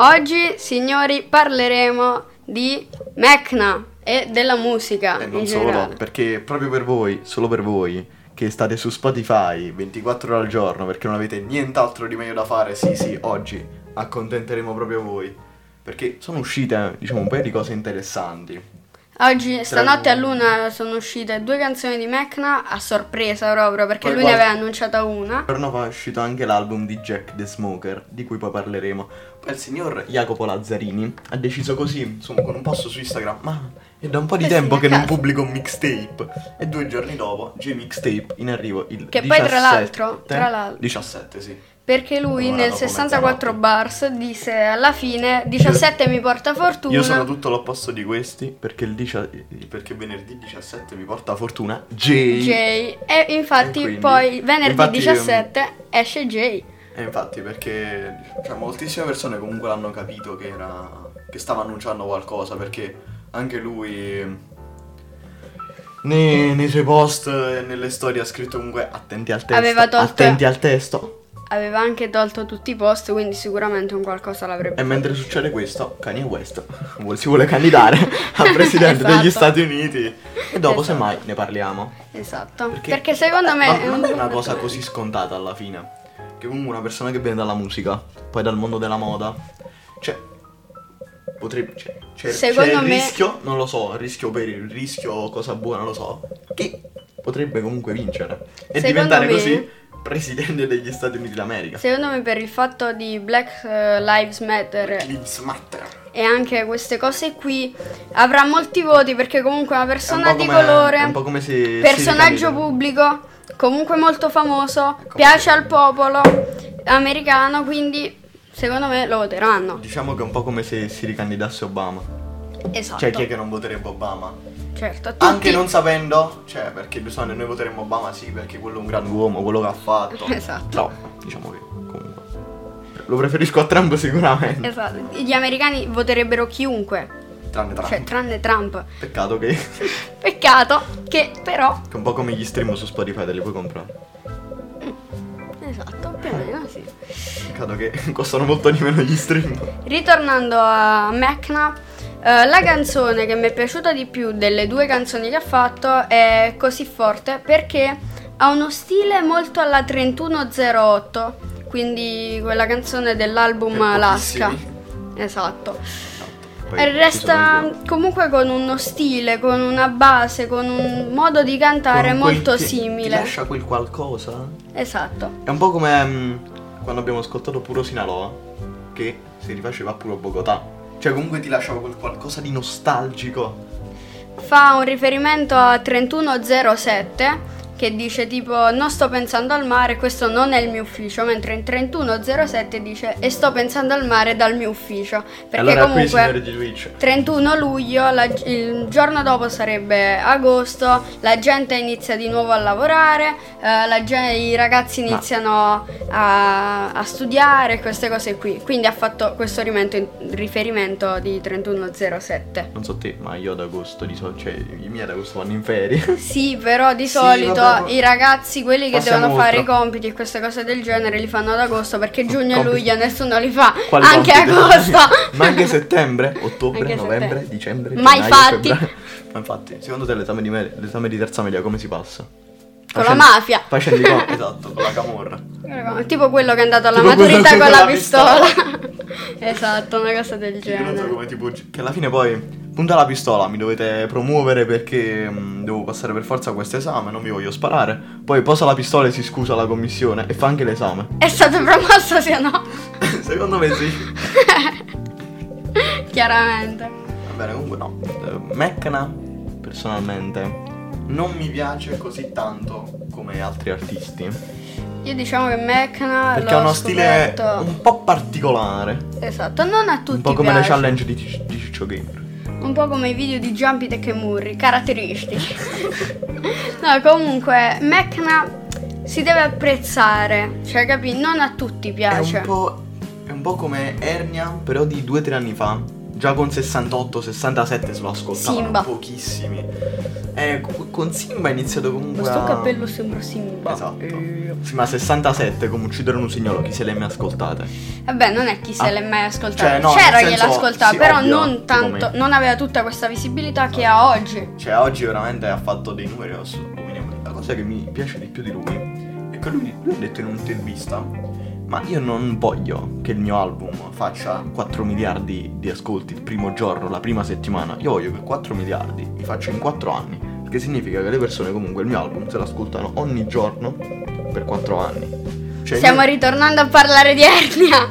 Oggi, signori, parleremo di Mecna e della musica E in non generale. solo, perché proprio per voi, solo per voi, che state su Spotify 24 ore al giorno perché non avete nient'altro di meglio da fare, sì, oggi accontenteremo proprio voi. Perché sono uscite, diciamo, un paio di cose interessanti. Oggi, stanotte a luna, sono uscite 2 canzoni di Mecna a sorpresa proprio, perché Poi lui ne qual- aveva annunciata una. Un giorno fa è uscito anche l'album di Jack the Smoker, di cui poi parleremo. Poi il signor Jacopo Lazzarini ha deciso così, insomma, con un post su Instagram, ma è da un po' di Così, tempo a che non caso. pubblico un mixtape. E 2 giorni dopo, G-Mixtape in arrivo il Che 17. poi tra l'altro 17, sì. Perché lui Ora nel dopo 64 mezzanotte. bars disse alla fine 17 mi porta fortuna. Io sono tutto l'opposto di questi, perché perché venerdì 17 mi porta fortuna Jay. Jay. E infatti E quindi- poi venerdì infatti, 17 esce Jay. E infatti perché moltissime persone comunque l'hanno capito che stava annunciando qualcosa, perché anche lui nei suoi post e nelle storie ha scritto comunque attenti al testo, Aveva tolto- attenti al testo. Aveva anche tolto tutti i post, quindi sicuramente un qualcosa l'avrebbe E mentre succede questo, Kanye West si vuole candidare a presidente Esatto. degli Stati Uniti. E dopo Esatto. semmai ne parliamo. Esatto. Perché secondo me Ma è non è una buon cosa attore. così scontata alla fine. Che comunque una persona che viene dalla musica, poi dal mondo della moda, cioè potrebbe. C'è Secondo il me- rischio, non lo so, il rischio cosa buona, non lo so, che potrebbe comunque vincere e Secondo diventare me- così presidente degli Stati Uniti d'America. Secondo me per il fatto di Black Lives Matter Lives Matter. e anche queste cose qui avrà molti voti, perché comunque è una persona È un po' di come- colore, è un po' come se personaggio si ricandida. pubblico, comunque molto famoso, piace al popolo americano, quindi secondo me lo voteranno. Diciamo che è un po' come se si ricandidasse Obama. Esatto. Cioè chi è che non voterebbe Obama? Certo, tutti. Anche non sapendo, cioè perché giustamente noi voteremmo Obama sì, perché quello è un grande uomo, quello che ha fatto. Esatto. Però diciamo che comunque lo preferisco a Trump sicuramente. Esatto. Gli americani voterebbero chiunque, Tranne Trump. cioè tranne Trump. Peccato che Peccato che però è un po' come gli stream su Spotify, te li puoi comprare. esatto, più o meno sì. Peccato che costano molto di meno gli stream. Ritornando a Mecna, la canzone che mi è piaciuta di più delle 2 canzoni che ha fatto è Così forte, perché ha uno stile molto alla 3108, quindi quella canzone dell'album Per Alaska. pochissimi. Esatto. Poi E ci sono resta anche- comunque con uno stile, con una base, con un modo di cantare con quel molto che simile. Ti lascia quel qualcosa. Esatto. È un po' come quando abbiamo ascoltato Puro Sinaloa, che si rifaceva a Puro Bogotà. Cioè comunque ti lasciava quel qualcosa di nostalgico. Fa un riferimento a 3107 che dice tipo non sto pensando al mare, questo non è il mio ufficio, mentre in 3107 dice e sto pensando al mare dal mio ufficio, perché Allora qui signori comunque di Twitch, 31 luglio, il giorno dopo sarebbe agosto, la gente inizia di nuovo a lavorare, i ragazzi iniziano a studiare, queste cose qui, quindi ha fatto questo riferimento di 3107. non so te, ma io ad agosto di solito, cioè i miei ad agosto vanno in ferie. Sì, però di Sì, solito vabbè, i ragazzi, quelli che passiamo devono fare i oltre. compiti e queste cose del genere, li fanno ad agosto, perché giugno e Compiti. luglio nessuno li fa, Quali anche compiti? agosto. Ma anche settembre, ottobre, Anche novembre, settembre. dicembre, Mai gennaio, fatti. febbraio. Ma infatti, secondo te l'esame di terza media come si passa? Con la mafia. Facendo esatto, con la camorra. Tipo quello che è andato alla Tipo quello maturità con con la la pistola. Esatto, una cosa del Io non so genere. come tipo che alla fine poi punta la pistola, mi dovete promuovere perché devo passare per forza questo esame, non mi voglio sparare. Poi posa la pistola e si scusa alla commissione e fa anche l'esame. È stato promosso, se no? Secondo me sì. Chiaramente. Va bene, comunque no. Mecna, personalmente, non mi piace così tanto come altri artisti. Io diciamo che Mecna Perché l'ho ha uno stile scoperto- un po' particolare. Esatto, non a tutti Un po' come le piace. challenge di Ciccio Gamer. Un po' come i video di Jumpy Tech e Murri, caratteristici. No, comunque, Mecna si deve apprezzare, cioè capi? Non a tutti piace. È un po' come Ernia, però di 2 o 3 anni fa. già con 68-67 se lo ascoltavano Simba. pochissimi. Con Simba è iniziato comunque Questo a... cappello sembra Simba. Esatto. Sì, ma 67 come uccidere un usignolo, chi se le ha mai ascoltate? Vabbè, non è chi se l'è mai ascoltato. Cioè, no, c'era nel chi senso, l'ascoltava, sì, però ovvio, non tanto, tipo me. non aveva tutta questa visibilità che ha oggi. Cioè oggi veramente ha fatto dei numeri assolutamente. La cosa che mi piace di più di lui è che lui ha detto in un'intervista: ma io non voglio che il mio album faccia 4 miliardi di ascolti il primo giorno, la prima settimana. Io voglio che 4 miliardi li faccia in 4 anni, perché significa che le persone comunque il mio album se lo ascoltano ogni giorno per 4 anni. Cioè, Stiamo ritornando a parlare di ernia.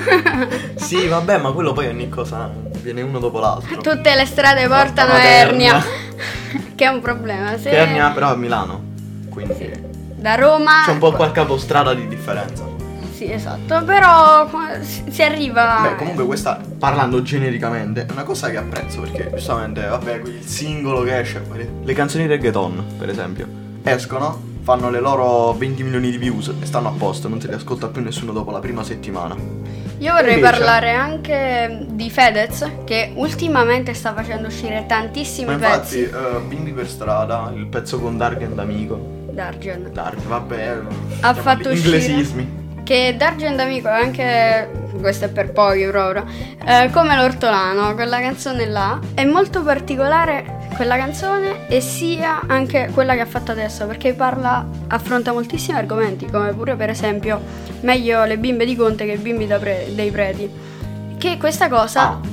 Sì, vabbè, ma quello poi ogni cosa viene uno dopo l'altro. Tutte le strade portano ad ernia. Che è un problema. Se... Ernia però a Milano, quindi Sì. Da Roma... c'è un po' qualche autostrada di differenza. Sì, esatto, però si arriva... Beh, comunque questa, parlando genericamente, è una cosa che apprezzo, perché giustamente, vabbè, il singolo che esce, le canzoni reggaeton, per esempio, escono, fanno le loro 20 milioni di views e stanno a posto, non se li ascolta più nessuno dopo la prima settimana. Io vorrei Invece- parlare anche di Fedez, che ultimamente sta facendo uscire Ma tantissimi infatti, pezzi. Bimbi per strada, il pezzo con Dargen d'amico, Dargen. vabbè, Ha fatto uscire- inglesismi. Che Dargen d'amico è anche, questo è per pochi proprio, come l'ortolano, quella canzone là, è molto particolare quella canzone e sia anche quella che ha fatto adesso, perché affronta moltissimi argomenti, come pure per esempio meglio le bimbe di Conte che i bimbi dei preti, che questa cosa... Ah,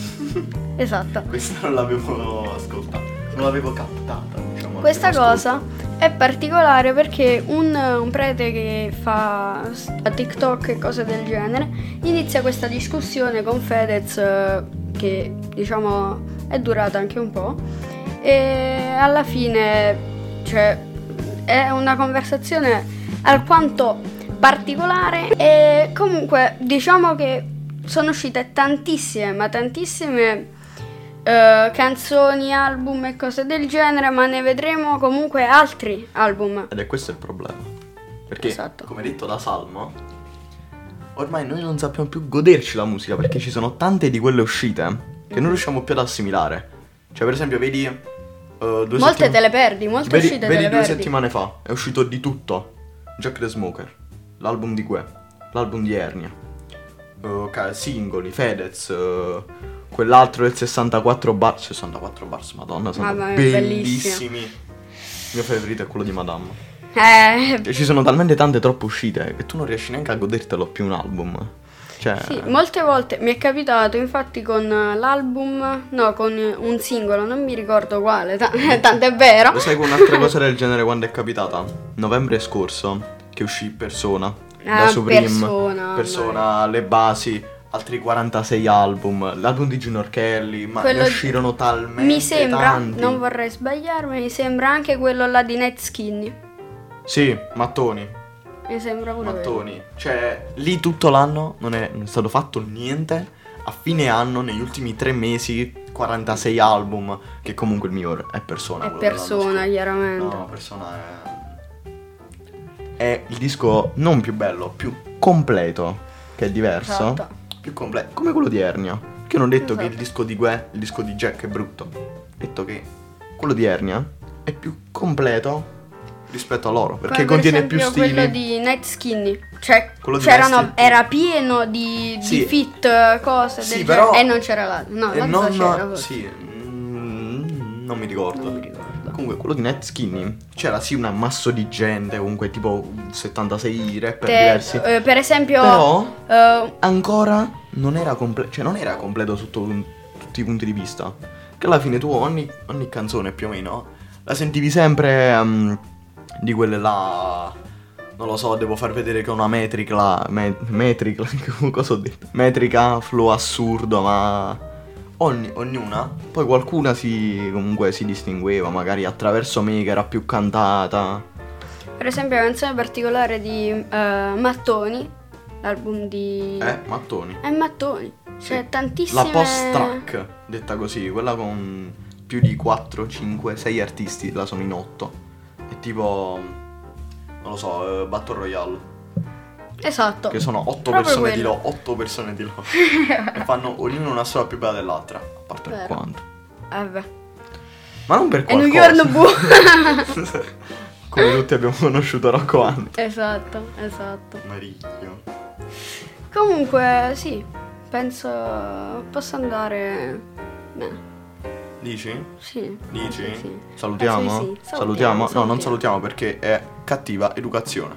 Esatto. questa non l'avevo ascoltata, non l'avevo captata, diciamo. Questa al primo cosa è particolare perché un prete che fa TikTok e cose del genere inizia questa discussione con Fedez che diciamo è durata anche un po' e alla fine cioè, è una conversazione alquanto particolare e comunque diciamo che sono uscite tantissime, ma tantissime canzoni, album e cose del genere, ma ne vedremo comunque altri album. Ed è questo il problema. Perché, Esatto. come detto da Salmo, ormai noi non sappiamo più goderci la musica perché ci sono tante di quelle uscite che non riusciamo più ad assimilare. Cioè, per esempio, vedi... Molte te le perdi, molte uscite te vedi le 2 perdi. settimane fa, è uscito di tutto. Jack the Smoker, l'album di Gue, l'album di Ernia, singoli, Fedez, quell'altro del 64 bars, madonna, sono Mamma mia, bellissimi. Il mio preferito è quello di Madame. Eh, Ci sono talmente tante troppe uscite che tu non riesci neanche a godertelo più un album. Cioè, sì, molte volte mi è capitato infatti con l'album, no, con un singolo, non mi ricordo quale, tanto è vero. lo sai, con un'altra cosa del genere quando è capitata? Novembre scorso, che uscì Persona, da Supreme, Persona, Le Basi, altri 46 album, l'album di Junior Kelly, ma Quello ne uscirono talmente mi sembra, tanti. non vorrei sbagliarmi, mi sembra anche quello là di Night Skinny. Sì, mattoni, Mi sembra pure quello. mattoni. Cioè, lì tutto l'anno non è stato fatto niente. A fine anno, negli ultimi 3 mesi, 46 album, che comunque il mio è Persona. È quello dell'anno Persona, scorso. chiaramente. No, Persona è il disco non più bello, più completo, che è diverso. Esatto. Più completo, come quello di Ernia. Che non ho detto che il Esatto. disco di Gue, il disco di Jack è brutto. Ho detto che quello di Ernia è più completo rispetto a loro, perché Come contiene per più esempio stili. quello di Night Skinny. Cioè Quello di c'erano, Night Skinny. era pieno di Sì. fit, cose Sì, del però- genere. E non c'era l'altro. No, E l'altro non, c'era. forse. sì, non mi ricordo. Non mi ricordo. Comunque quello di Night Skinny c'era sì un ammasso di gente, comunque tipo 76 rapper Te- diversi. per esempio Però ancora non era completo, cioè non era completo sotto tutti i punti di vista. Che alla fine tu ogni canzone più o meno la sentivi sempre di quelle là. Non lo so, devo far vedere che ho una metrica, cosa ho detto? Metrica, flow assurdo, ma ognuna, poi qualcuna comunque si distingueva, magari attraverso me che era più cantata. per esempio la canzone particolare di Mattoni, l'album di Mattoni. è Mattoni. Sì. C'è tantissime. La post track, detta così, quella con più di 4, 5, 6 artisti, la sono in 8. È tipo, non lo so, Battle Royale. Esatto. Che sono 8 Proprio persone di quello. là, 8 persone di là. E fanno ognuno una storia più bella dell'altra. A parte il Vero. quanto. Beh. Ma non per È New qualcosa. York buono. Come tutti abbiamo conosciuto Rocco Hunt. Esatto. Mariglio. Comunque, sì, penso possa andare bene. Dici? Sì. Dici? Sì. Salutiamo? Penso di sì. Salutiamo? No, non Salutiamo. salutiamo perché è cattiva educazione.